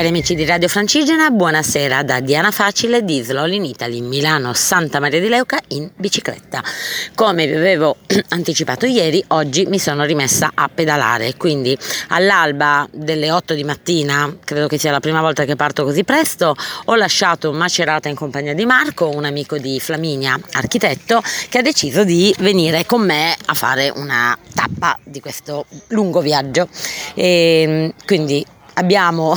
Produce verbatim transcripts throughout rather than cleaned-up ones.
Cari amici di Radio Francigena, buonasera da Diana Facile di Slow in Italy, Milano Santa Maria di Leuca in bicicletta. Come vi avevo anticipato ieri, oggi mi sono rimessa a pedalare, quindi all'alba delle otto di mattina, credo che sia la prima volta che parto così presto, ho lasciato Macerata in compagnia di Marco, un amico di Flaminia, architetto, che ha deciso di venire con me a fare una tappa di questo lungo viaggio. E quindi abbiamo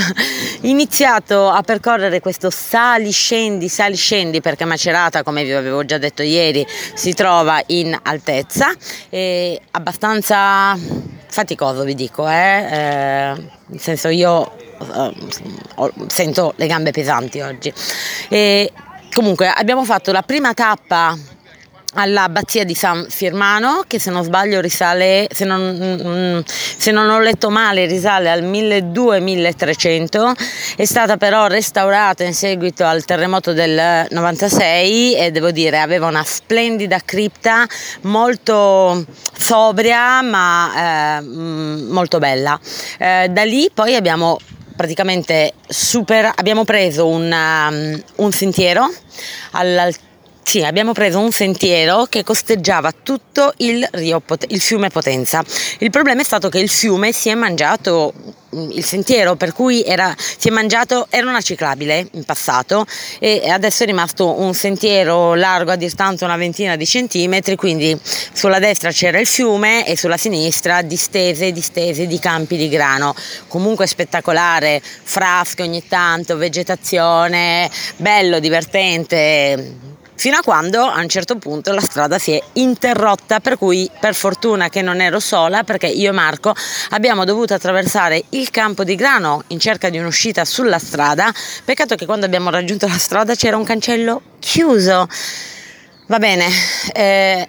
iniziato a percorrere questo sali scendi sali scendi perché Macerata, come vi avevo già detto ieri, si trova in altezza, e abbastanza faticoso, vi dico, eh? Eh, nel senso, io eh, sento le gambe pesanti oggi. E comunque abbiamo fatto la prima tappa all'abbazia di San Firmano, che se non sbaglio risale, se non, se non ho letto male, risale al milleduecento milletrecento, è stata però restaurata in seguito al terremoto del novantasei e devo dire aveva una splendida cripta, molto sobria ma eh, molto bella. Eh, da lì poi abbiamo praticamente super, abbiamo preso un, um, un sentiero all'altezza. Sì, abbiamo preso un sentiero che costeggiava tutto il, Rio, il fiume Potenza. Il problema è stato che il fiume si è mangiato il sentiero, per cui era, si è mangiato, era una ciclabile in passato e adesso è rimasto un sentiero largo a dir tanto una ventina di centimetri, quindi sulla destra c'era il fiume e sulla sinistra distese, distese di campi di grano. Comunque spettacolare, frasche ogni tanto, vegetazione, bello, divertente. Fino a quando a un certo punto la strada si è interrotta, per cui per fortuna che non ero sola, perché io e Marco abbiamo dovuto attraversare il campo di grano in cerca di un'uscita sulla strada. Peccato che quando abbiamo raggiunto la strada c'era un cancello chiuso. Va bene, eh,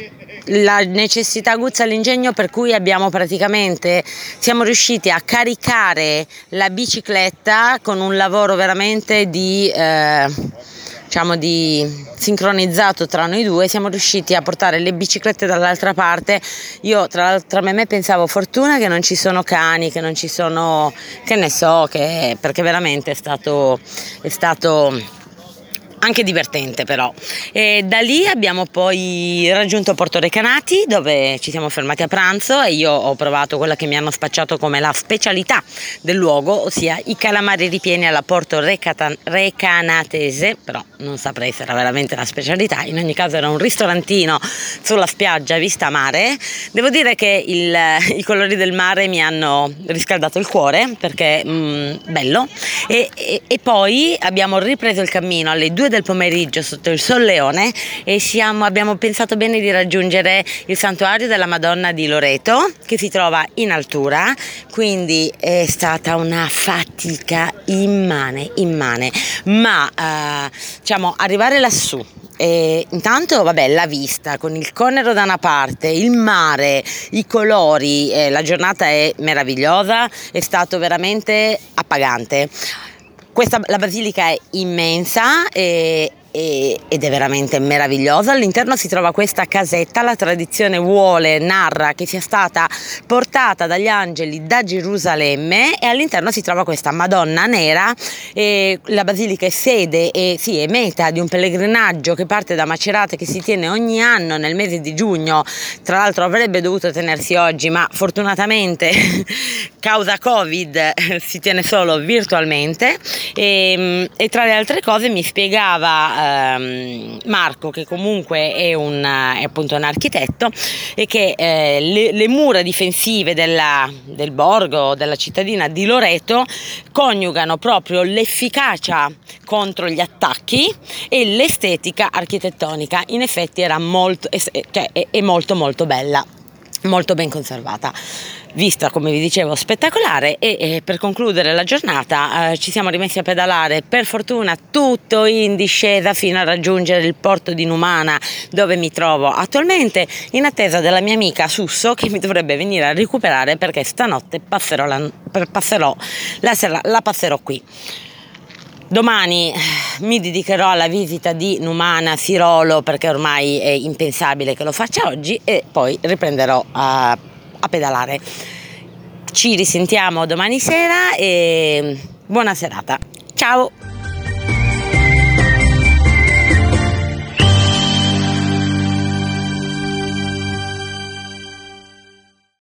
la necessità aguzza l'ingegno, per cui abbiamo praticamente siamo riusciti a caricare la bicicletta con un lavoro veramente di eh, diciamo di sincronizzato tra noi due. Siamo riusciti a portare le biciclette dall'altra parte. Io tra, tra me e me pensavo fortuna che non ci sono cani, che non ci sono, che ne so, che perché veramente è stato è stato anche divertente però. E da lì abbiamo poi raggiunto Porto Recanati, dove ci siamo fermati a pranzo e io ho provato quella che mi hanno spacciato come la specialità del luogo, ossia i calamari ripieni alla Porto Recatan- Recanatese, però non saprei se era veramente la specialità. In ogni caso era un ristorantino sulla spiaggia vista mare. Devo dire che il, i colori del mare mi hanno riscaldato il cuore, perché mh, bello, e, e, e poi abbiamo ripreso il cammino alle due del pomeriggio sotto il solleone e siamo, abbiamo pensato bene di raggiungere il santuario della Madonna di Loreto, che si trova in altura, quindi è stata una fatica immane, immane, ma eh, diciamo arrivare lassù. E intanto vabbè, la vista con il Conero da una parte, il mare, i colori, eh, la giornata è meravigliosa, è stato veramente appagante. Questa, la basilica è immensa e, e, ed è veramente meravigliosa. All'interno si trova questa casetta. La tradizione vuole, narra che sia stata portata dagli angeli da Gerusalemme, e all'interno si trova questa Madonna nera. E la basilica è sede e sì, è meta di un pellegrinaggio che parte da Macerata, che si tiene ogni anno nel mese di giugno. Tra l'altro avrebbe dovuto tenersi oggi, ma fortunatamente causa Covid si tiene solo virtualmente. E, e tra le altre cose mi spiegava ehm, Marco, che comunque è, un, è appunto un architetto, e che eh, le, le mura difensive della, del borgo, della cittadina di Loreto, coniugano proprio l'efficacia contro gli attacchi e l'estetica architettonica. In effetti era molto, cioè, è, è molto molto bella, molto ben conservata, vista, come vi dicevo, spettacolare. E, e per concludere la giornata eh, ci siamo rimessi a pedalare, per fortuna tutto in discesa, fino a raggiungere il porto di Numana, dove mi trovo attualmente in attesa della mia amica Susso, che mi dovrebbe venire a recuperare, perché stanotte passerò la, passerò la sera, la passerò qui. Domani mi dedicherò alla visita di Numana Sirolo, perché ormai è impensabile che lo faccia oggi, e poi riprenderò a, a pedalare. Ci risentiamo domani sera e buona serata, ciao!